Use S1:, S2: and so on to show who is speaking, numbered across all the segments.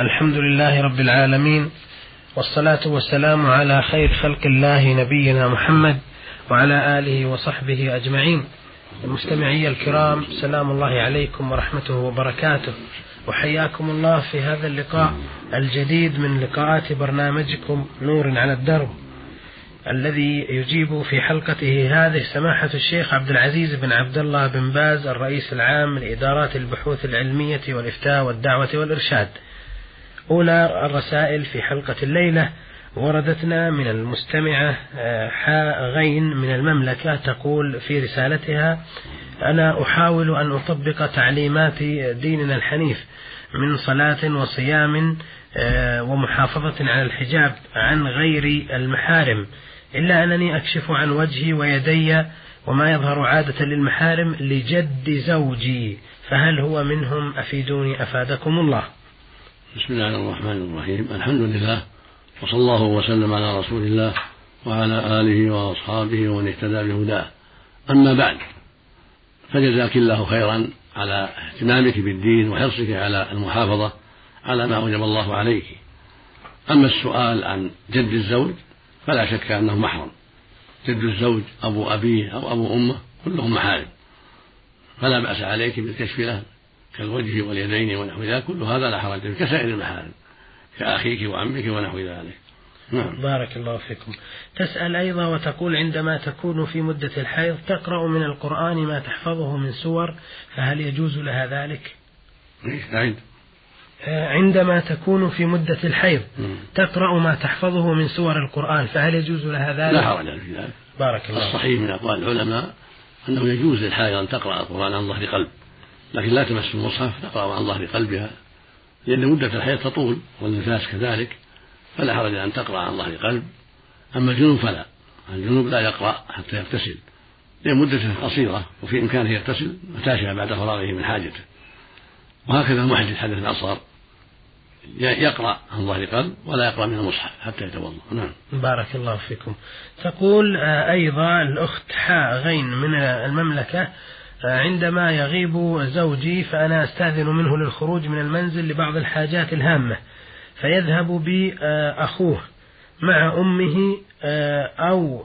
S1: الحمد لله رب العالمين، والصلاة والسلام على خير خلق الله نبينا محمد وعلى آله وصحبه أجمعين. المستمعي الكرام، سلام الله عليكم ورحمته وبركاته، وحياكم الله في هذا اللقاء الجديد من لقاءات برنامجكم نور على الدرب، الذي يجيب في حلقته هذه سماحة الشيخ عبد العزيز بن عبد الله بن باز، الرئيس العام لإدارات البحوث العلمية والإفتاء والدعوة والإرشاد. أولى الرسائل في حلقة الليلة وردتنا من المستمعة حاء غين من المملكة، تقول في رسالتها: أنا أحاول أن أطبق تعليمات ديننا الحنيف من صلاة وصيام ومحافظة على الحجاب عن غير المحارم، إلا أنني أكشف عن وجهي ويدي وما يظهر عادة للمحارم لجد زوجي، فهل هو منهم؟ أفيدوني أفادكم الله.
S2: بسم الله الرحمن الرحيم. الحمد لله، وصلى الله وسلم على رسول الله وعلى آله وأصحابه ومن اهتدى بهداه. أما بعد، فجزاك الله خيرا على اهتمامك بالدين وحرصك على المحافظة على ما أوجب الله عليك. أما السؤال عن جد الزوج فلا شك أنه محرم. جد الزوج أبو أبيه أو أبو أمه كلهم محارم، فلا بأس عليك بالكشف له كالوجه واليدين ونحو ذلك، كل هذا لا حرج فيه كسائر المحارم كأخيك وعمك ونحو ذلك.
S1: بارك الله فيكم. تسأل أيضا وتقول: عندما تكون في مدة الحيض تقرأ من القرآن ما تحفظه من سور، فهل يجوز لها ذلك؟ عندما تكون في مدة الحيض تقرأ ما تحفظه من سور القرآن، فهل يجوز لها ذلك؟
S2: لا حرج في ذلك.
S1: بارك الله.
S2: الصحيح من أقوال العلماء أنه يجوز للحائض أن تقرأ القرآن عن ظهر قلب، لكن لا تمس المصحف، تقرأ عن ظهر قلبها، لأن مدة الحيض تطول والنفاس كذلك، فلا حرج أن تقرأ عن ظهر قلب. أما الجنوب فلا، الجنوب لا يقرأ حتى يغتسل، لأن مدته قصيرة وفي إمكانه يغتسل متى بعد فراغه من حاجته. وهكذا المحدث حدث أصغر يقرأ عن ظهر قلب ولا يقرأ من المصحف حتى يتوضأ. نعم.
S1: بارك الله فيكم. تقول أيضا الأخت حاء غين من المملكة: عندما يغيب زوجي فأنا أستأذن منه للخروج من المنزل لبعض الحاجات الهامة، فيذهب بي أخوه مع أمه أو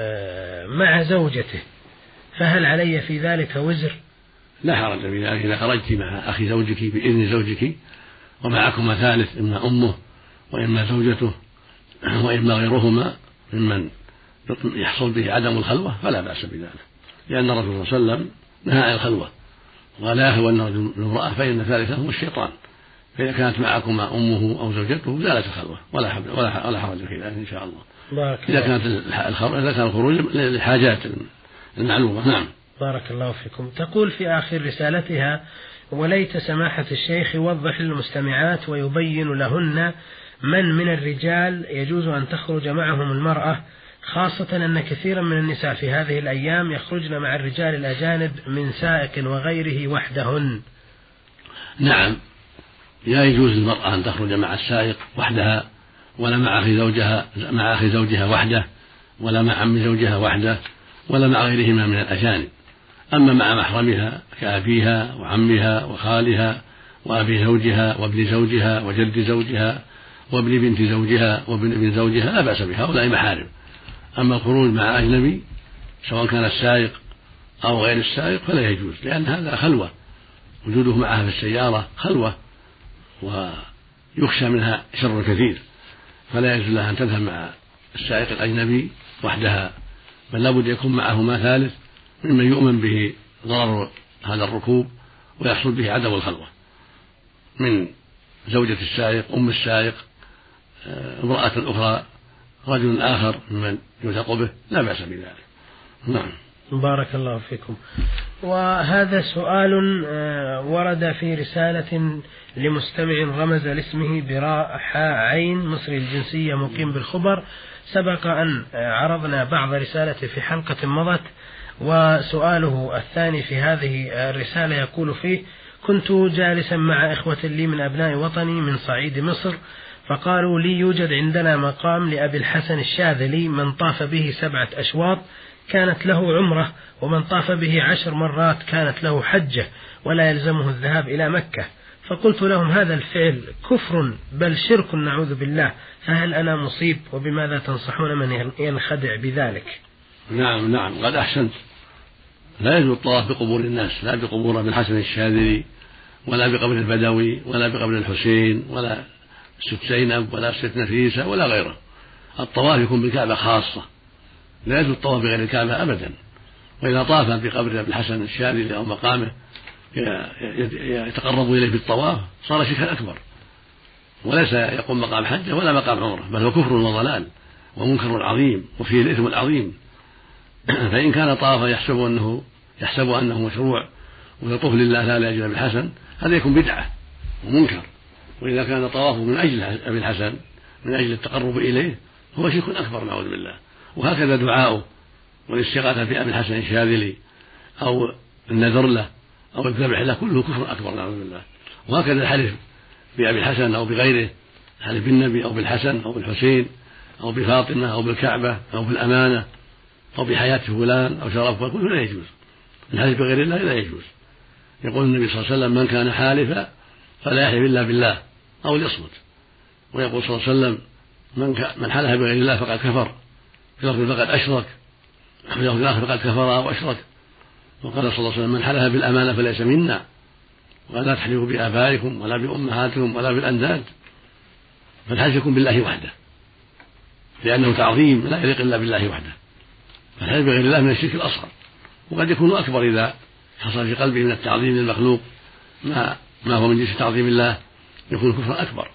S1: مع زوجته، فهل علي في ذلك وزر؟
S2: لا حرج في ذلك. إذا خرجت مع أخي زوجك بإذن زوجك ومعكما ثالث، إما أمه وإما زوجته وإما غيرهما ممن يحصل به عدم الخلوة، فلا بأس بذلك، لأن الرسول صلى الله عليه وسلم نهى عن الخلوة ولا يخلون الرجل بالامرأة فإن ثالثهم الشيطان، فإذا كانت معكما أمه أو زوجته زالت الخلوة ولا حرج في ذلك إن شاء الله، إذا كان الخروج للحاجات المعلومة. نعم.
S1: بارك الله فيكم. تقول في آخر رسالتها: وليت سماحة الشيخ يوضح للمستمعات ويبين لهن من الرجال يجوز أن تخرج معهم المرأة، خاصة أن كثيرا من النساء في هذه الأيام يخرجن مع الرجال الأجانب من سائق وغيره وحدهن.
S2: نعم، لا يجوز للمرأة أن تخرج مع السائق وحدها، ولا مع أخي زوجها وحده، ولا مع عم زوجها وحده، ولا مع غيرهما من الأجانب. أما مع محرمها كأبيها وعمها وخالها وأبي زوجها وابن زوجها وجد زوجها وابن بنت زوجها وابن ابن زوجها لا بأس بها، هؤلاء محارم. أما الخروج مع أجنبي سواء كان السائق أو غير السائق فلا يجوز، لأن هذا خلوة، وجوده معها في السيارة خلوة ويخشى منها شر كثير، فلا يجوز لها أن تذهب مع السائق الأجنبي وحدها، بل لابد يكون معهما ثالث ممن يؤمن به ضرر هذا الركوب ويحصل به عدم الخلوة، من زوجة السائق، أم السائق، امرأة أخرى، رجل آخر ممن يوثق به، لا بأس بذلك. نعم.
S1: بارك الله فيكم. وهذا سؤال ورد في رسالة لمستمع رمز لاسمه براء حاء عين مصري الجنسية مقيم بالخبر. سبق أن عرضنا بعض رسالته في حلقة مضت، وسؤاله الثاني في هذه الرسالة يقول فيه: كنت جالسا مع إخوة لي من أبناء وطني من صعيد مصر، فقالوا لي يوجد عندنا مقام لأبي الحسن الشاذلي من طاف به 7 أشواط كانت له عمرة، ومن طاف به 10 مرات كانت له حجة، ولا يلزمه الذهاب إلى مكة، فقلت لهم هذا الفعل كفر بل شرك نعوذ بالله، فهل أنا مصيب؟ وبماذا تنصحون من ينخدع بذلك؟
S2: نعم قد أحسنت. لا يجوز الطواف بقبور الناس، لا بقبور ابن الحسن الشاذلي ولا بقبر البدوي ولا بقبر الحسين ولا الست زينب ولا الست نفيسة ولا غيره. الطواف يكون بالكعبة خاصة، لا يجوز الطواف بغير الكعبة أبدا. وإذا طاف بقبر ابن الحسن الشاذلي أو مقامه يتقرب إليه بالطواف صار شركا أكبر، وليس يقوم مقام حجة ولا مقام عمره، بل هو كفر وضلال ومنكر عظيم وفيه الإثم العظيم. فإن كان طافا يحسب أنه مشروع ويطوف لله لا لأجل ابن الحسن، هذا يكون بدعة ومنكر. وإذا كان طوافه من أجل ابن الحسن من أجل التقرب إليه هو شرك أكبر نعوذ بالله. وهكذا دعاؤه والاستغاثة بأبي الحسن الشاذلي أو النذر له أو الذبح له كله كفر أكبر نعوذ بالله. وهكذا الحلف بأبي الحسن أو بغيره، الحلف بالنبي أو بالحسن أو بالحسين أو بفاطمة أو بالكعبة أو بالأمانة أو بحياة فلان أو شرفه كله لا يجوز. الحلف بغير الله لا يجوز. يقول النبي صلى الله عليه وسلم من كان حالفا فلا يحلف إلا بالله أو ليصمت. ويقول صلى الله عليه وسلم من حلف بغير الله فقد كفر، في لفظ فقد أشرك، في لفظ آخر فقد كفر أو أشرك. وقال صلى الله عليه وسلم من حلف بالأمانة فليس منا. وقال لا تحلفوا بآبائكم ولا بأمهاتكم ولا بالأنداد. فالحلف يكون بالله وحده لأنه تعظيم لا يليق إلا بالله وحده. فالحلف بغير الله من الشرك الأصغر، وقد يكون أكبر إذا حصل في قلبه من التعظيم للمخلوق ما هو من جنس تعظيم الله، يكون كفرا أكبر.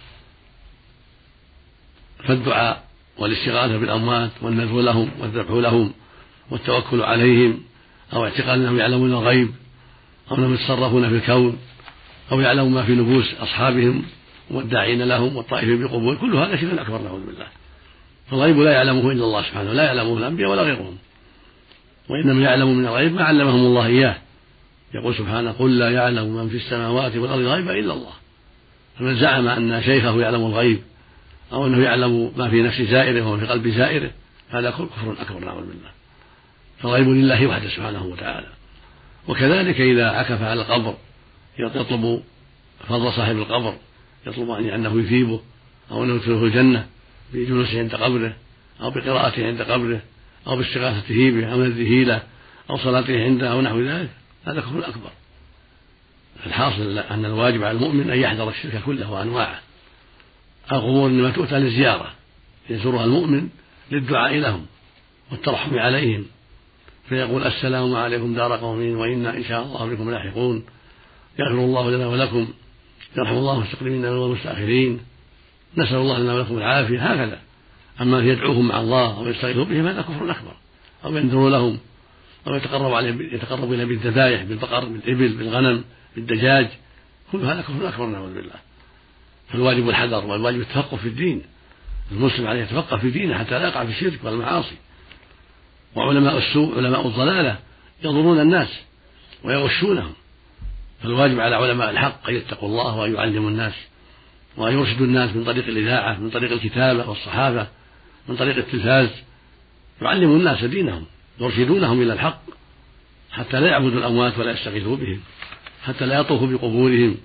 S2: فالدعاء والاستغاثة بالأموات والنذر لهم والذبح لهم والتوكل عليهم أو اعتقاد أنهم يعلمون الغيب أو أنهم يتصرفون في الكون أو يعلمون ما في نفوس أصحابهم والداعين لهم والطائفين بقبول، كل هذا شرك أكبر نعوذ بالله. فالغيب لا يعلمه إلا الله سبحانه، لا يعلمه الأنبياء ولا غيرهم، وإنما يعلم من الغيب ما علمهم الله إياه. يقول سبحانه قل لا يعلم من في السماوات والأرض الغيب إلا الله. فمن زعم أن شيخه يعلم الغيب أو أنه يعلم ما في نفس زائره وما في قلب زائره هذا كفر أكبر نعوذ بالله. فالغيب لله وحده سبحانه وتعالى. وكذلك إذا عكف على القبر يطلب فضل صاحب القبر، يطلب أنه يثيبه أو أنه يدخله الجنة بجلوسه عند قبره أو بقراءته عند قبره أو باستغاثته به أو نذره له أو صلاته عنده أو نحو ذلك، هذا كفر أكبر. الحاصل أن الواجب على المؤمن أن يحذر الشرك كله وأنواعه. القبور إنما تؤتى للزيارة، يزورها المؤمن للدعاء لهم والترحم عليهم، فيقول السلام عليكم دار قوم وإنا إن شاء الله بكم لاحقون، يغفر الله لنا ولكم، يرحم الله المستقدمين والمستأخرين، نسأل الله لنا ولكم العافية. هكذا. أما يدعوهم مع الله أو يستغيثوا بهم هذا كفر أكبر، أو ينذر لهم أو يتقرب إلى بالذبائح بالبقر بالإبل بالغنم بالدجاج، كل هذا كفر أكبر نعوذ بالله. فالواجب الحذر والواجب التفقه في الدين. المسلم عليه يتفقه في دينه حتى لا يقع في الشرك والمعاصي. وعلماء السوء علماء الضلالة يضرون الناس ويغشونهم، فالواجب على علماء الحق أن يتقوا الله وأن يعلموا الناس وأن يرشدوا الناس من طريق الإذاعة من طريق الكتابة والصحافة من طريق التلفاز، يعلموا الناس دينهم يرشدونهم إلى الحق حتى لا يعبدوا الأموات ولا يستغيثوا بهم، حتى لا يطوفوا بقبورهم،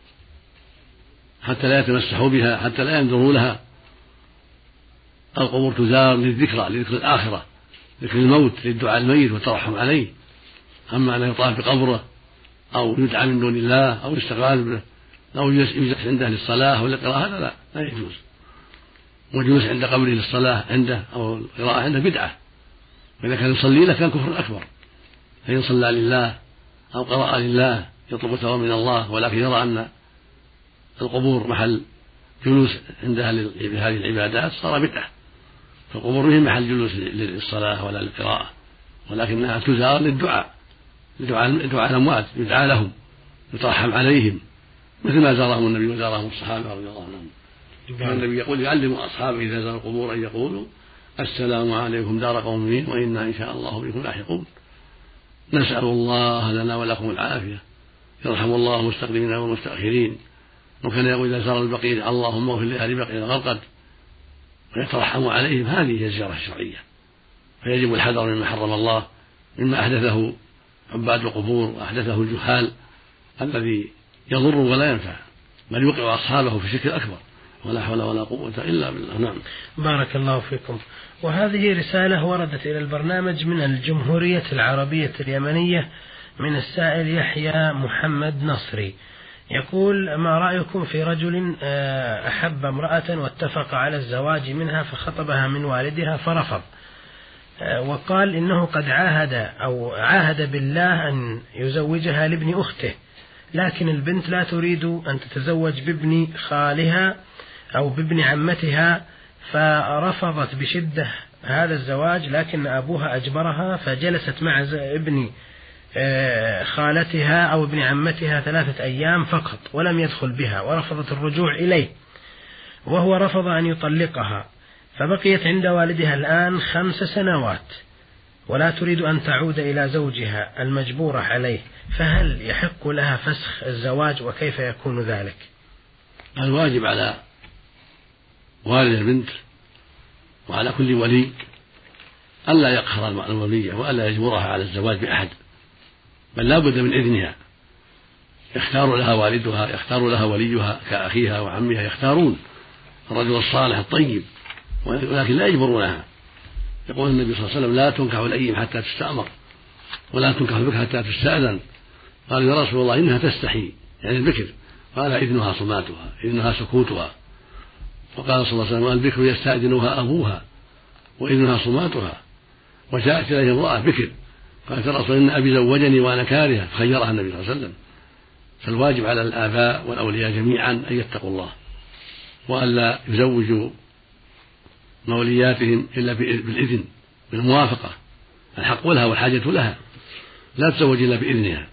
S2: حتى لا يتمسحوا بها، حتى لا ينذروا لها. القبور تزار للذكرى لذكر الآخرة، ذكر الموت، للدعاء الميت والترحم عليه. أما أن يطاف بقبره أو يدعى من دون الله أو يستغاث به أو يجلس عنده للصلاة أو للقراءة هذا لا يجوز. والجلوس عند قبره للصلاة عنده أو القراءة عنده بدعة، وإذا كان يصلي له كان كفر أكبر. فإن صلى لله أو قرأ لله يطلب ثواب من الله ولكن يرى أن القبور محل جلوس عندها لهذه العبادات صار بدعة. فالقبور هي محل جلوس للصلاة ولا للقراءة، ولكنها تزار للدعاء الأموات، يدعى لهم يترحم عليهم مثل ما زارهم النبي وزارهم الصحابة رضي الله عنهم. النبي يقول يعلم أصحابه إذا زاروا القبور أن يقولوا السلام عليكم دار قوم وإنا إن شاء الله بكم لاحقون. نسأل الله لنا ولكم العافية، يرحم الله المستقدمين والمستأخرين. وكان يقول إذا زار البقيع اللهم اغفر لأهل بقيع غرقد ويترحم عليهم. هذه هي الزيارة الشرعية. فيجب الحذر مما حرم الله، مما أحدثه عباد القبور وأحدثه الجهال الذي يضر ولا ينفع، بل يوقع أصحابه في شرك أكبر، ولا حول ولا قوة إلا بالله. نعم.
S1: بارك الله فيكم. وهذه رسالة وردت إلى البرنامج من الجمهورية العربية اليمنية من السائل يحيى محمد نصري، يقول: ما رأيكم في رجل أحب امرأة واتفق على الزواج منها فخطبها من والدها فرفض، وقال إنه قد عاهد بالله أن يزوجها لابن أخته، لكن البنت لا تريد أن تتزوج بابن خالها أو بابن عمتها، فرفضت بشدة هذا الزواج، لكن أبوها أجبرها، فجلست مع ابن خالتها أو ابن عمتها 3 أيام فقط ولم يدخل بها، ورفضت الرجوع إليه، وهو رفض أن يطلقها، فبقيت عند والدها الآن 5 سنوات ولا تريد أن تعود إلى زوجها المجبورة عليه، فهل يحق لها فسخ الزواج وكيف يكون ذلك؟
S2: الواجب على والد البنت وعلى كل ولي ألا يقهر الولية وألا يجبرها على الزواج بأحد، بل لا بد من إذنها، يختار لها والدها، يختار لها وليها كأخيها وعمها، يختارون الرجل الصالح الطيب، ولكن لا يجبرونها. يقول النبي صلى الله عليه وسلم: لا تنكح الأيم حتى تستأمر، ولا تنكح البكر حتى تستأذن. قال: يا رسول الله إنها تستحي، يعني البكر. قال: إذنها صماتها، إذنها سكوتها. وقال صلى الله عليه وسلم: البكر يستأذنها أبوها وإذنها صماتها. وجاءت إليه امرأة بكر قالت: يا رسول الله إن أبي زوجني وأنا كارهة، فخيرها النبي صلى الله عليه وسلم. فالواجب على الآباء والأولياء جميعا أن يتقوا الله وألا يزوجوا مولياتهم إلا بالإذن، بالموافقة، الحق لها والحاجة لها، لا تزوج إلا بإذنها.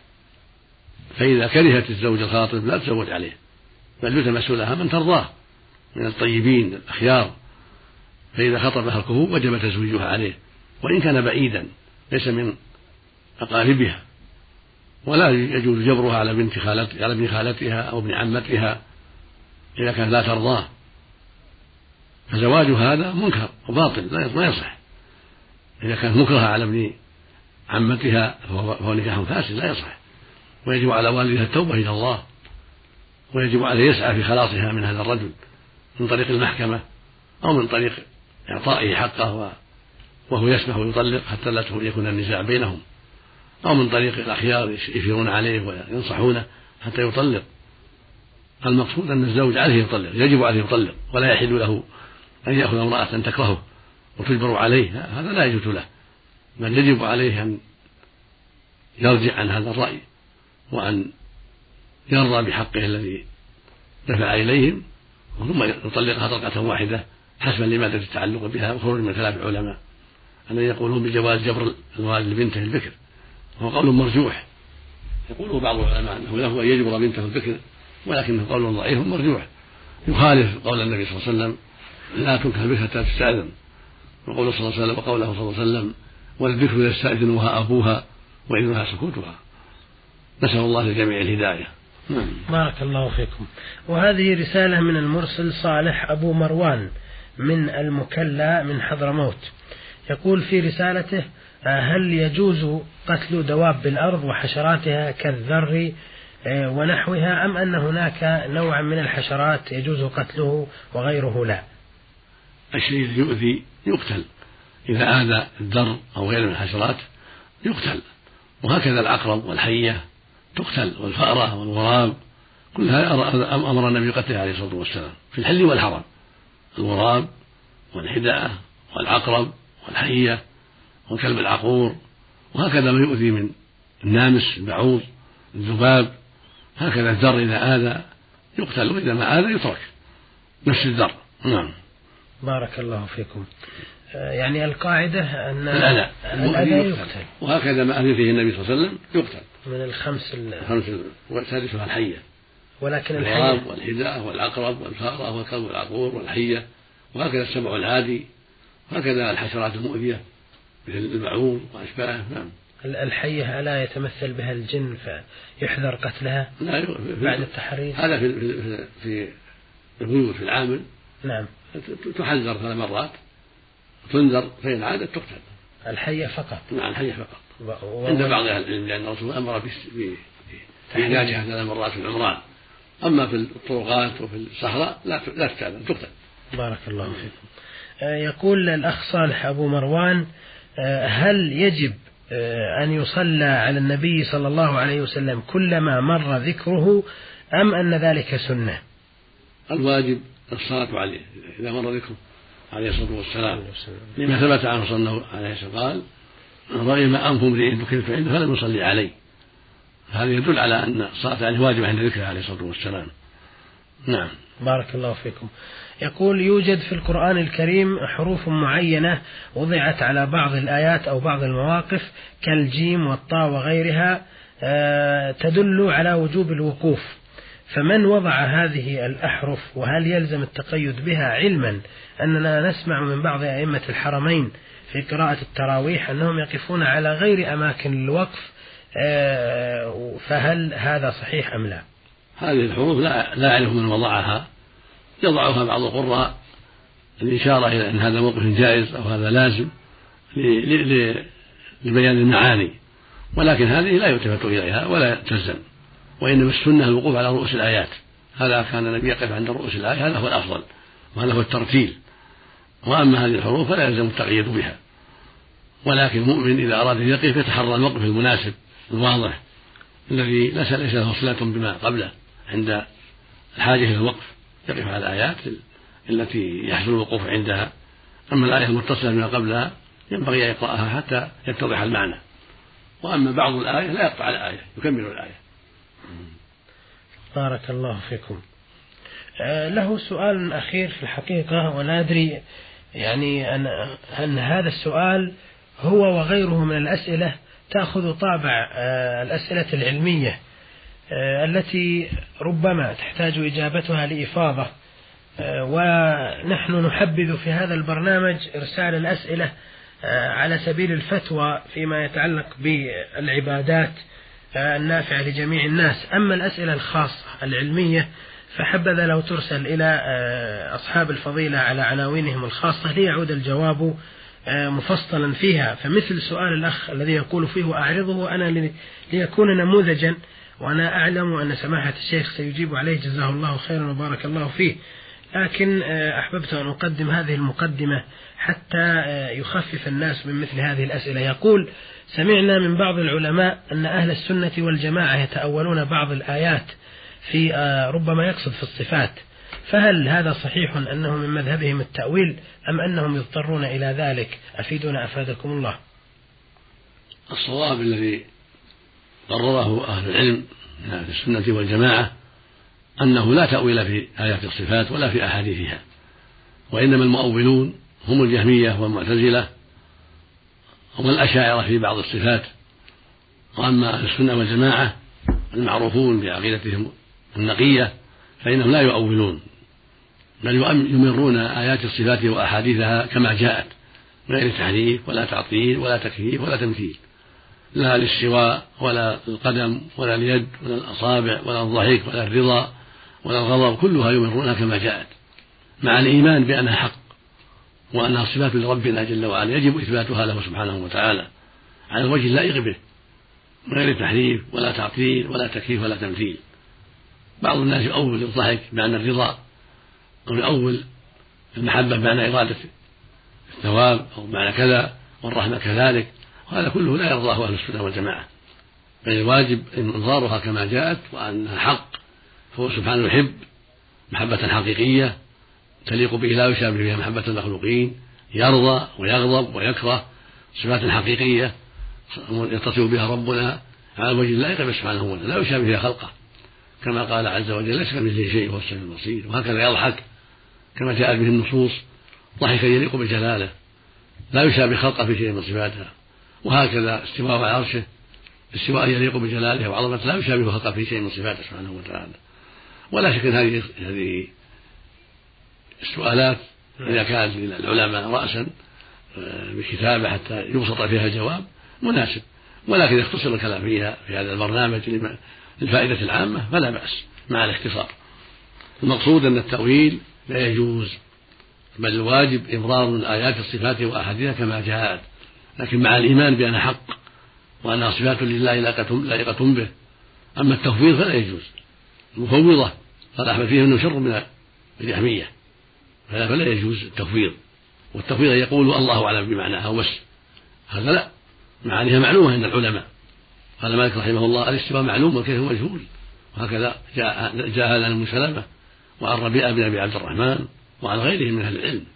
S2: فإذا كرهت الزوج الخاطب لا تزوج عليه، بل يلتمس لها من ترضاه من الطيبين الأخيار، فإذا خطبها الكفو وجب تزويجها عليه، وإن كان بعيدا ليس من أقاربها، ولا يجوز جبرها على ابن خالتها أو ابن عمتها إذا كانت لا ترضاه، فزواج هذا منكر وباطل لا يصح. إذا كانت مكرهة على ابن عمتها فهو نكاح فاسد لا يصح، ويجب على والدها التوبة إلى الله، ويجب عليه يسعى في خلاصها من هذا الرجل من طريق المحكمة أو من طريق إعطائه حقه وهو يسمح ويطلق حتى لا يكون النزاع بينهم، أو من طريق الأخيار يشيرون عليه وينصحونه حتى يطلق. المقصود أن الزوج عليه يطلق، يجب عليه يطلق، ولا يحل له أن يأخذ امرأة تكرهه وتجبر عليه، هذا لا يجوز له، بل يجب عليه أن يرجع عن هذا الرأي وأن يرضى بحقه الذي دفع إليهم، ثم يطلقها طلقة واحدة حسبا لمادة التعلق بها، وخروج من خلاف العلماء أن يقولون بجواز جبر الوالد لبنته البكر، وهو قول مرجوح. يقول بعض العلماء أنه له أن يجبر بنته البكر، ولكنه قول ضعيف مرجوح يخالف قول النبي صلى الله عليه وسلم: لا تنكح البكر حتى تستأذن، وقوله صلى الله عليه وسلم وقوله صلى الله عليه وسلم: والبكر يستأذنها أبوها وإذنها سكوتها. نسأل الله للجميع الهداية.
S1: بارك الله فيكم. وهذه رسالة من المرسل صالح أبو مروان من المكلا من حضرموت، يقول في رسالته: هل يجوز قتل دواب الأرض وحشراتها كالذر ونحوها، أم أن هناك نوع من الحشرات يجوز قتله وغيره لا؟
S2: الشيء الذي يؤذي يقتل، إذا آذى الذر أو غيره من الحشرات يقتل، وهكذا العقرب والحية تقتل، والفأرة والغراب، كل هذا أمر النبي بقتله عليه الصلاة والسلام في الحل والحرم، الغراب والحداءة والعقرب والحية والكلب العقور، وهكذا ما يؤذي من النامس البعوض الذباب، هكذا الذر إذا آذى يقتل، وإذا ما آذى يترك نفس الذر. نعم.
S1: بارك الله فيكم. يعني القاعدة أن
S2: الأذى يقتل، وهكذا ما أذي فيه النبي صلى الله عليه وسلم يقتل من
S1: الخمس
S2: والسادسها الحية،
S1: ولكن
S2: الغراب والحداءة والعقرب والفأرة والكلب والعقور والحية، وهكذا السبع العادي، وهكذا الحشرات المؤذية مثل البعوض وأشباهه. نعم.
S1: الحية ألا يتمثل بها الجن فيحذر قتلها بعد التحرير؟
S2: هذا في البيوت في العامل.
S1: نعم.
S2: تحذر 3 مرات، تنذر، فإن عادت تقتل.
S1: الحية فقط؟
S2: نعم الحية فقط عند بعض أهل العلم، لأن الرسول أمر في إعدادها 3 مرات في العمران. أما في الطرقات وفي الصحراء لا تتعلم تقتل.
S1: بارك الله فيكم. يقول الأخ صالح أبو مروان: هل يجب أن يصلى على النبي صلى الله عليه وسلم كلما مر ذكره أم أن ذلك سنة؟
S2: الواجب الصلاة عليه إذا مر ذكره عليه الصلاة والسلام، لما ثبت عنه صلى الله عليه وسلم قال: رغم أنف امرئ ذكر فإنه فلم يصلي عليه. هذا يدل على أن الصلاة عليه واجبة عند ذكره عليه الصلاة والسلام. نعم.
S1: بارك الله فيكم. يقول: يوجد في القرآن الكريم حروف معينة وضعت على بعض الآيات أو بعض المواقف كالجيم والطاء وغيرها تدل على وجوب الوقوف، فمن وضع هذه الأحرف وهل يلزم التقيد بها، علما أننا نسمع من بعض أئمة الحرمين في قراءة التراويح أنهم يقفون على غير أماكن الوقف، فهل هذا صحيح أم لا؟
S2: هذه الحروف لا أعرف من وضعها، يضعها بعض القراء الإشارة إلى أن هذا موقف جائز أو هذا لازم لبيان المعاني، ولكن هذه لا يلتفت إليها ولا تلزم، وإنما السنة الوقوف على رؤوس الآيات. هذا كان النبي يقف عند رؤوس الآية، هذا هو الأفضل وهذا هو الترتيل. وأما هذه الحروف فلا يلزم التقييد بها، ولكن المؤمن إذا أراد أن يقف يتحرى الموقف المناسب الواضح الذي ليس له صلة بما قبله عند الحاجة إلى الوقف، يقف على الآيات التي يحصل الوقوف عندها. أما الآية المتصلة بما قبلها ينبغي أن يقرأها حتى يتضح المعنى، وأما بعض الآية لا يقطع الآية، يكمل الآية.
S1: بارك الله فيكم. له سؤال أخير في الحقيقة، ولا أدري يعني أن هذا السؤال هو وغيره من الأسئلة تأخذ طابع الأسئلة العلمية التي ربما تحتاج إجابتها لإفاضة، ونحن نحبذ في هذا البرنامج إرسال الأسئلة على سبيل الفتوى فيما يتعلق بالعبادات النافعة لجميع الناس. أما الأسئلة الخاصة العلمية فحبذا لو ترسل إلى أصحاب الفضيلة على عناوينهم الخاصة ليعود الجواب مفصلا فيها. فمثل سؤال الأخ الذي يقول فيه أعرضه أنا ليكون نموذجا، وأنا أعلم أن سماحة الشيخ سيجيب عليه جزاه الله خيرا وبارك الله فيه، لكن أحببت أن أقدم هذه المقدمة حتى يخفف الناس من مثل هذه الأسئلة. يقول: سمعنا من بعض العلماء أن أهل السنة والجماعة يتأولون بعض الآيات في ربما يقصد في الصفات، فهل هذا صحيح أنه من مذهبهم التأويل أم أنهم يضطرون إلى ذلك؟ أفيدنا أفادكم الله.
S2: الصواب الذي قرره أهل العلم من أهل السنة والجماعة أنه لا تأويل في آيات الصفات ولا في أحاديثها، وإنما المؤولون هم الجهمية والمعتزلة والأشاعرة في بعض الصفات. وأما أهل السنة والجماعة المعروفون بعقيدتهم النقية فإنهم لا يؤولون، بل يمرون آيات الصفات وأحاديثها كما جاءت من غير تحريف ولا تعطيل ولا تكييف ولا تمثيل، لا للسواء ولا القدم ولا اليد ولا الأصابع ولا الضحك ولا الرضا ولا الغضب، كلها يمرونها كما جاءت مع الإيمان بأنها حق وأنها صفات لربنا جل وعلا يجب إثباتها له سبحانه وتعالى على الوجه اللائق به من غير تحريف ولا تعطيل ولا تكييف ولا تمثيل. بعض الناس يؤول الضحك بمعنى الرضا، أو يؤول المحبة بمعنى إرادة الثواب أو بمعنى كذا، والرحمة كذلك، وهذا كله لا يرضاه أهل السنة والجماعة، بل الواجب إنظارها كما جاءت وأنها حق، فهو سبحانه يحب محبة حقيقية تليق به لا يشابه بها محبة المخلوقين، يرضى ويغضب ويكره صفات حقيقية يتصف بها ربنا على الوجه اللائق به سبحانه وتعالى لا يشابه بها خلقه، كما قال عز وجل: ليس كمثله شيء وهو السميع البصير. وهكذا يضحك كما جاءت به النصوص ضحكا يليق بجلاله لا يشابه خلقه في شيء من صفاتها. وهكذا استواء على عرشه استواء يليق بجلاله وعظمته لا يشابه خلقه في شيء من صفاته سبحانه وتعالى. ولا شك ان هذه السؤالات اذا كانت للعلماء راسا بكتابه حتى يبسط فيها الجواب مناسب، ولكن يختصر الكلام فيها في هذا البرنامج للفائده العامه فلا باس مع الاختصار. المقصود ان التاويل لا يجوز، بل الواجب إمرار آيات الصفات وأحاديثها كما جاءت، لكن مع الإيمان بأنها حق وأنها صفات لله لائقة به، أما التفويض فلا يجوز. المفوضة قال أحمد فيه أنه شر من الجهمية، فلا يجوز التفويض. والتفويض يقول الله أعلم بمعناها وبس، هذا لا، معانيها معلومة عند العلماء. قال مالك رحمه الله الاستواء معلوم والكيف مجهول. وهكذا جاء هذا عن سلمة وعن ربيعة بن أبي عبد الرحمن وعن غيرهم من أهل العلم.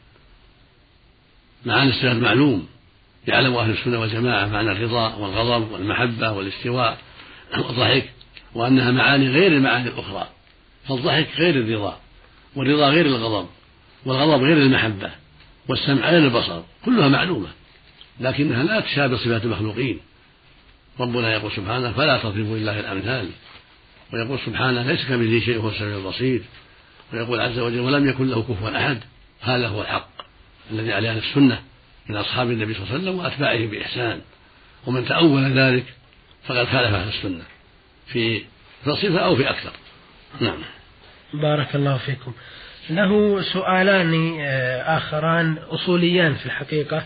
S2: معاني الصفات معلوم، يعلم أهل السنة والجماعة معنى الرضا والغضب والمحبة والاستواء والضحك، وأنها معاني غير المعاني الأخرى. فالضحك غير الرضا، والرضا غير الغضب، والغضب غير المحبة، والسمع غير البصر، كلها معلومة، لكنها لا تشابه صفات المخلوقين. ربنا يقول سبحانه فلا تضربوا لله الأمثال، ويقول سبحانه ليس كمثله شيء وهو السميع البصير، ويقول عز وجل ولم يكن له كفوا أحد. هذا هو الحق الذي عليه السنة من أصحاب النبي صلى الله عليه وسلم وأتباعه بإحسان، ومن تأول ذلك فقد خالف أهل السنة في صفة أو في أكثر. نعم.
S1: بارك الله فيكم. له سؤالان آخران أصوليان في الحقيقة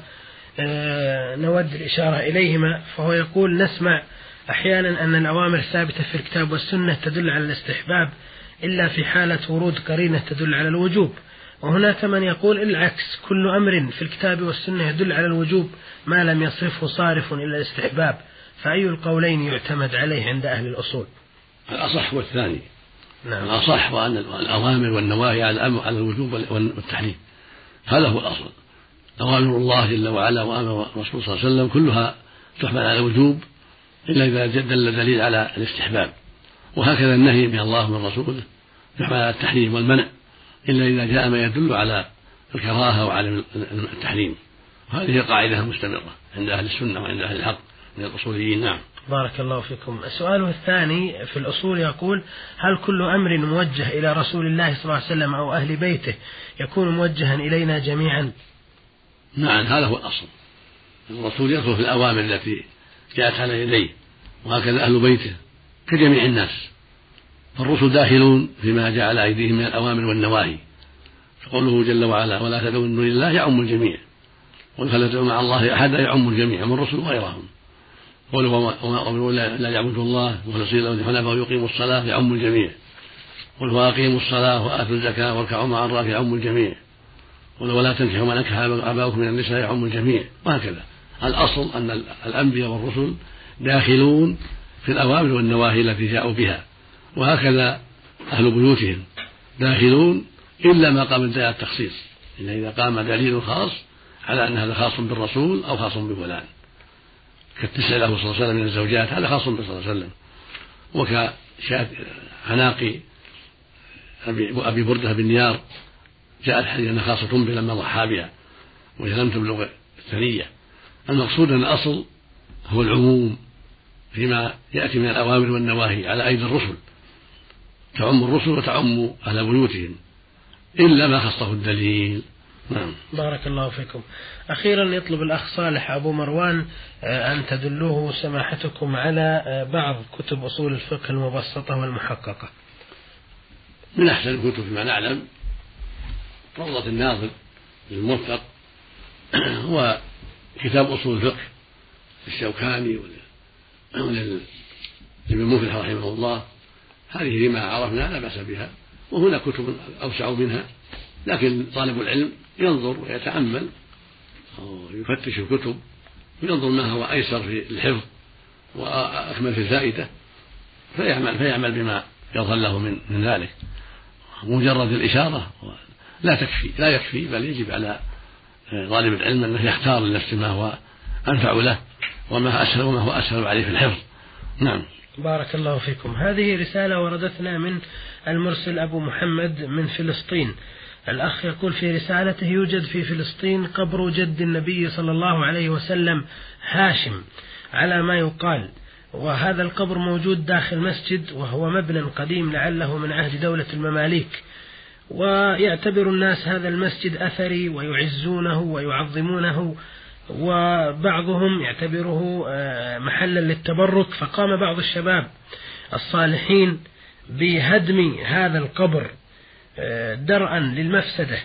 S1: نود الإشارة إليهما. فهو يقول نسمع أحيانا أن الأوامر ثابتة في الكتاب والسنة تدل على الاستحباب إلا في حالة ورود قرينة تدل على الوجوب، وهناك من يقول العكس، كل أمر في الكتاب والسنة يدل على الوجوب ما لم يصرفه صارف إلى الاستحباب، فأي القولين يعتمد عليه عند أهل الأصول؟
S2: الأصح والثاني.
S1: نعم.
S2: الأصح وأن الأوامر والنواهي على الوجوب والتحريم، هذا هو الأصل. أوامر الله جل وعلا وأمر الرسول صلى الله عليه وسلم كلها تحمل على الوجوب إلا إذا دل دليل على الاستحباب، وهكذا النهي من الله ومن رسوله يحمل على التحريم والمنع إلا إذا جاء ما يدل على الكراهة وعلى التحريم. هذه قاعدة مستمرة عند أهل السنة وعند أهل الحق من الأصوليين. نعم.
S1: بارك الله فيكم. السؤال الثاني في الأصول يقول هل كل أمر موجه إلى رسول الله صلى الله عليه وسلم أو أهل بيته يكون موجها إلينا جميعا؟
S2: نعم، هذا هو الأصل. الرسول يدخل في الأوامر التي جاءت على يديه، وهكذا أهل بيته كجميع الناس. فالرسل داخلون فيما جاء على أيديهم من الأوامر والنواهي، فقوله جل وعلا ولا تدعوا من دون الله يعم الجميع، ولا تدعوا مع الله أحدا يعم الجميع من الرسل وغيرهم. قوله لا يعبدوا الله مخلصين له الحنفاء ويقيموا الصلاة يعم الجميع، قل وأقيموا الصلاة وآتوا الزكاة واركعوا مع الراكعين يعم الجميع، قل ولا تنكحوا ما نكح آباؤكم من النساء يعم الجميع، وهكذا. الأصل أن الأنبياء والرسل داخلون في الأوامر والنواهي التي جاءوا بها، وهكذا أهل بيوتهم داخلون إلا ما قام بدليل التخصيص، إلا إذا قام دليل خاص على أن هذا خاص بالرسول أو خاص بفلان، كالتسع له صلى الله عليه وسلم من الزوجات هذا خاص به صلى الله عليه وسلم، وكعناق أبي بردة بن نيار جاء الحديث أنها خاصة به لما ضحى بها وهي لم تبلغ الثنية. المقصود أن الأصل هو العموم فيما يأتي من الأوامر والنواهي على أيدي الرسل، تعم الرسل وتعم أهل بيوتهم إلا ما خصه الدليل. نعم.
S1: بارك الله فيكم. أخيرا يطلب الأخ صالح أبو مروان أن تدلوه سماحتكم على بعض كتب أصول الفقه المبسطة والمحققة.
S2: من أحسن الكتب فيما نعلم روضة الناظر للموفق، هو كتاب أصول الفقه للشوكاني ولابن مفلح رحمه الله. هذه لما عرفنا لا بأس بها، وهنا كتب أوسع منها، لكن طالب العلم ينظر ويتأمل ويفتش الكتب وينظر ما هو أيسر في الحفظ وأكمل في الفائدة فيعمل بما يظهر له من ذلك. مجرد الإشارة لا يكفي، بل يجب على طالب العلم أنه يختار لنفسه ما هو أنفع له وما هو أسهل عليه في الحفظ. نعم.
S1: بارك الله فيكم. هذه رسالة وردتنا من المرسل أبو محمد من فلسطين. الأخ يقول في رسالته يوجد في فلسطين قبر جد النبي صلى الله عليه وسلم هاشم على ما يقال، وهذا القبر موجود داخل مسجد وهو مبنى قديم لعله من عهد دولة المماليك، ويعتبر الناس هذا المسجد أثري ويعزونه ويعظمونه، وبعضهم يعتبره محلا للتبرك. فقام بعض الشباب الصالحين بهدم هذا القبر درءا للمفسدة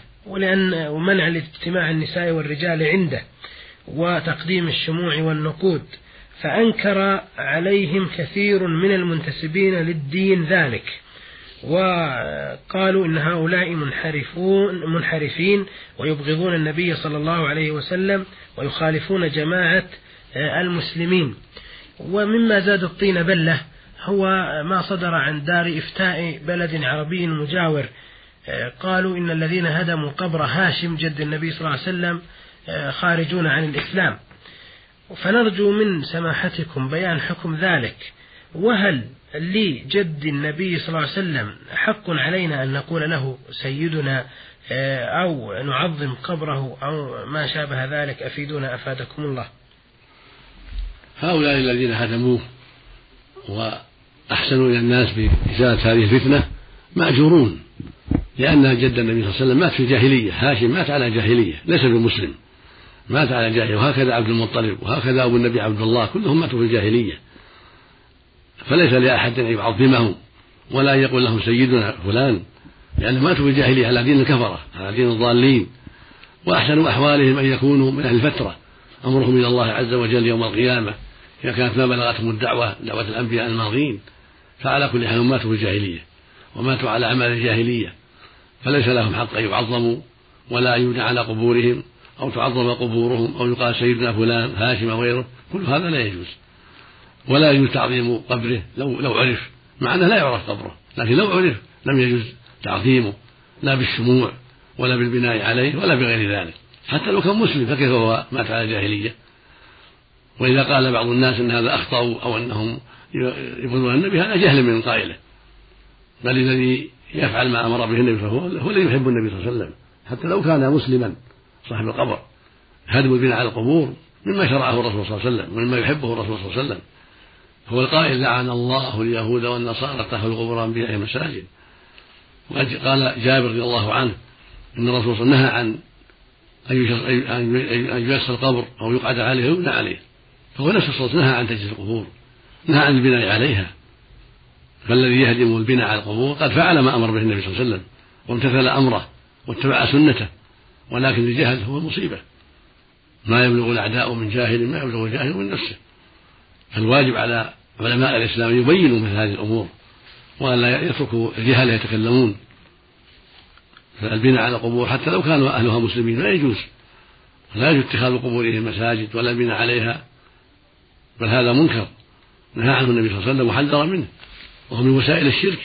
S1: ومنع لاجتماع النساء والرجال عنده وتقديم الشموع والنقود، فأنكر عليهم كثير من المنتسبين للدين ذلك، وقالوا إن هؤلاء منحرفين ويبغضون النبي صلى الله عليه وسلم ويخالفون جماعة المسلمين. ومما زاد الطين بلة هو ما صدر عن دار إفتاء بلد عربي مجاور، قالوا إن الذين هدموا قبر هاشم جد النبي صلى الله عليه وسلم خارجون عن الإسلام. فنرجو من سماحتكم بيان حكم ذلك، وهل لجد النبي صلى الله عليه وسلم حق علينا أن نقول له سيدنا أو نعظم قبره أو ما شابه ذلك؟ أفيدونا أفادكم الله.
S2: هؤلاء الذين هدموه وأحسنوا إلى الناس بإزالة هذه الفتنة مأجورون، لأن جد النبي صلى الله عليه وسلم مات في الجاهلية، هاشم مات على جاهلية ليس بمسلم، مات على جاهلية، وهكذا عبد المطلب وهكذا أبو النبي عبد الله كلهم ماتوا في الجاهلية، فليس لأحد أن يعظمهم ولا يقول لهم سيدنا فلان، لأنهم ماتوا في الجاهلية على دين الكفرة على دين الضالين. وأحسن أحوالهم أن يكونوا من أهل الفترة أمرهم إلى الله عز وجل يوم القيامة إذا كانت ما بلغتهم دعوة الأنبياء الماضين، فعلى كل حال ماتوا في الجاهلية وماتوا على أعمال الجاهلية، فليس لهم حق أن يعظموا ولا يبنى على قبورهم أو تعظم قبورهم أو يقال سيدنا فلان هاشم وغيره، كل هذا لا يجوز. ولا يجوز تعظيم قبره لو عرف، مع أنه لا يعرف قبره، لكن لو عرف لم يجوز تعظيمه لا بالشموع ولا بالبناء عليه ولا بغير ذلك، حتى لو كان مسلم فكيف هو مات على جاهلية. وإذا قال بعض الناس أن هذا أخطأوا أو أنهم يبغضون النبي هذا جهل من قائله، بل الذي يفعل ما أمر به النبي فهو الذي يحب النبي صلى الله عليه وسلم حتى لو كان مسلما صاحب القبر. هدم البناء على القبور مما شرعه الرسول صلى الله عليه وسلم ومما يحبه الرسول صلى الله عليه وسلم، هو القائل لعن الله اليهود والنصارى اتخذوا قبور أنبيائهم مساجد. وقال جابر رضي الله عنه إن الرسول صلى الله عليه وسلم نهى عن أن يجلس القبر أو يقعد عليه ويبنى عليه، فهو نفس الصوت نهى عن تجليس القبور، نهى عن البناء عليها. فالذي يهدم البناء على القبور قد فعل ما أمر به النبي صلى الله عليه وسلم وامتثل أمره واتبع سنته، ولكن الجهل هو المصيبة، ما يبلغ الأعداء من جاهل ما يبلغ الجاهل من نفسه. فالواجب على علماء الإسلام يبينوا مثل هذه الأمور ولا يتركوا الجهل يتكلمون. فالبناء على القبور حتى لو كانوا أهلها مسلمين لا يجوز، لا يجوز اتخاذ قبورهم مساجد ولا البناء عليها، بل هذا منكر نهى عنه النبي صلى الله عليه وسلم وحذر منه، وهو من وسائل الشرك.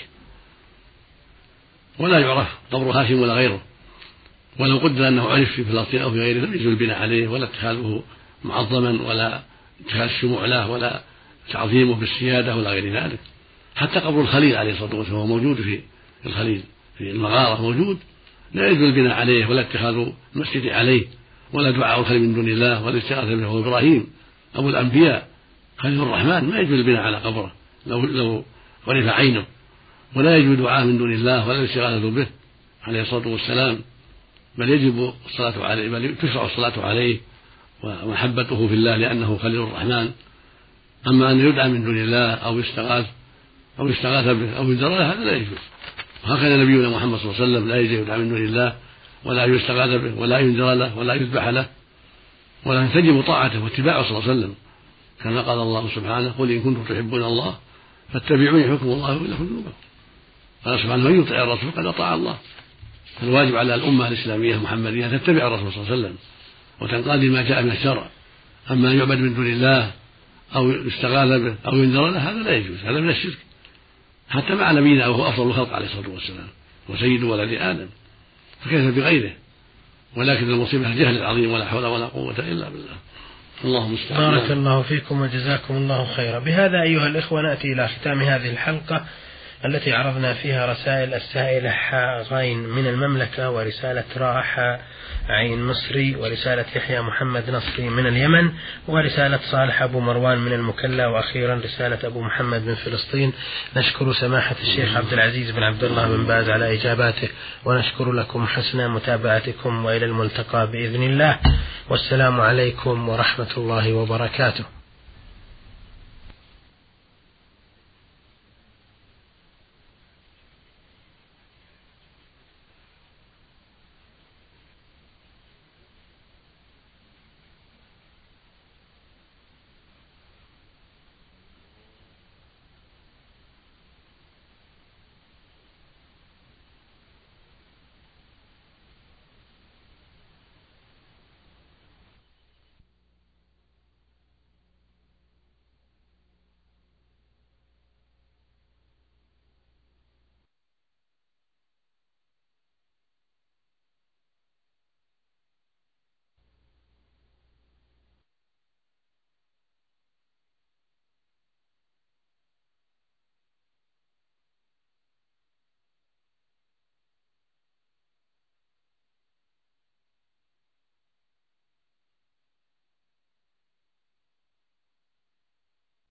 S2: ولا يعرف قبر هاشم ولا غيره، ولو قدر أنه عرف في فلسطين أو في غيره لم يجوز البناء عليه ولا اتخاذه معظما ولا اتخاذ الشموع له ولا تعظيمه بالسيادة ولا غير ذلك. حتى قبر الخليل عليه الصلاة والسلام هو موجود في الخليل في المغارة موجود، لا يجوز البناء عليه ولا اتخاذ المسجد عليه ولا دعاء الخليل من دون الله ولا الاستغاثة به. إبراهيم أبو الأنبياء خليل الرحمن ما يجوز البناء على قبره لو عرف عينه، ولا يجوز دعاء من دون الله ولا الاستغاثة به عليه الصلاة والسلام، بل يجب الصلاة عليه، بل تشرع الصلاة عليه ومحبته في الله لأنه خليل الرحمن. أما أن يدعى من دون الله أو يستغاث به أو يدعى له هذا لا يجوز. وهكذا نبينا محمد صلى الله عليه وسلم لا يجوز يدعى من دون الله ولا يستغاث به ولا ينذر له ولا يذبح له، ولا تجب طاعته واتباعه صلى الله عليه وسلم، كما قال الله سبحانه قل إن كنتم تحبون الله فاتبعوني يحبكم الله ويغفر لكم ذنوبكم. قال سبحانه من يطع الرسول فقد أطاع الله. فالواجب على الأمة الإسلامية المحمدية أن تتبع الرسول صلى الله عليه وسلم وتنقاد ما جاء من الشرع. أما أن يعبد من دون الله أو يستغاث به أو ينذر له هذا لا يجوز، هذا من الشرك حتى مع نبينا وهو أفضل الخلق عليه الصلاة والسلام وسيد ولد آدم، فكيف بغيره؟ ولكن المصيبة الجهل العظيم ولا حول ولا قوة إلا بالله. اللهم استعان.
S1: بارك الله فيكم وجزاكم الله خيرا. بهذا أيها الإخوة نأتي إلى ختام هذه الحلقة التي عرضنا فيها رسائل السائلة غين من المملكة، ورسالة راح عين مصري، ورسالة يحيى محمد نصري من اليمن، ورسالة صالح أبو مروان من المكلا، وأخيرا رسالة أبو محمد من فلسطين. نشكر سماحة الشيخ عبد العزيز بن عبد الله بن باز على إجاباته، ونشكر لكم حسن متابعتكم، وإلى الملتقى بإذن الله، والسلام عليكم ورحمة الله وبركاته.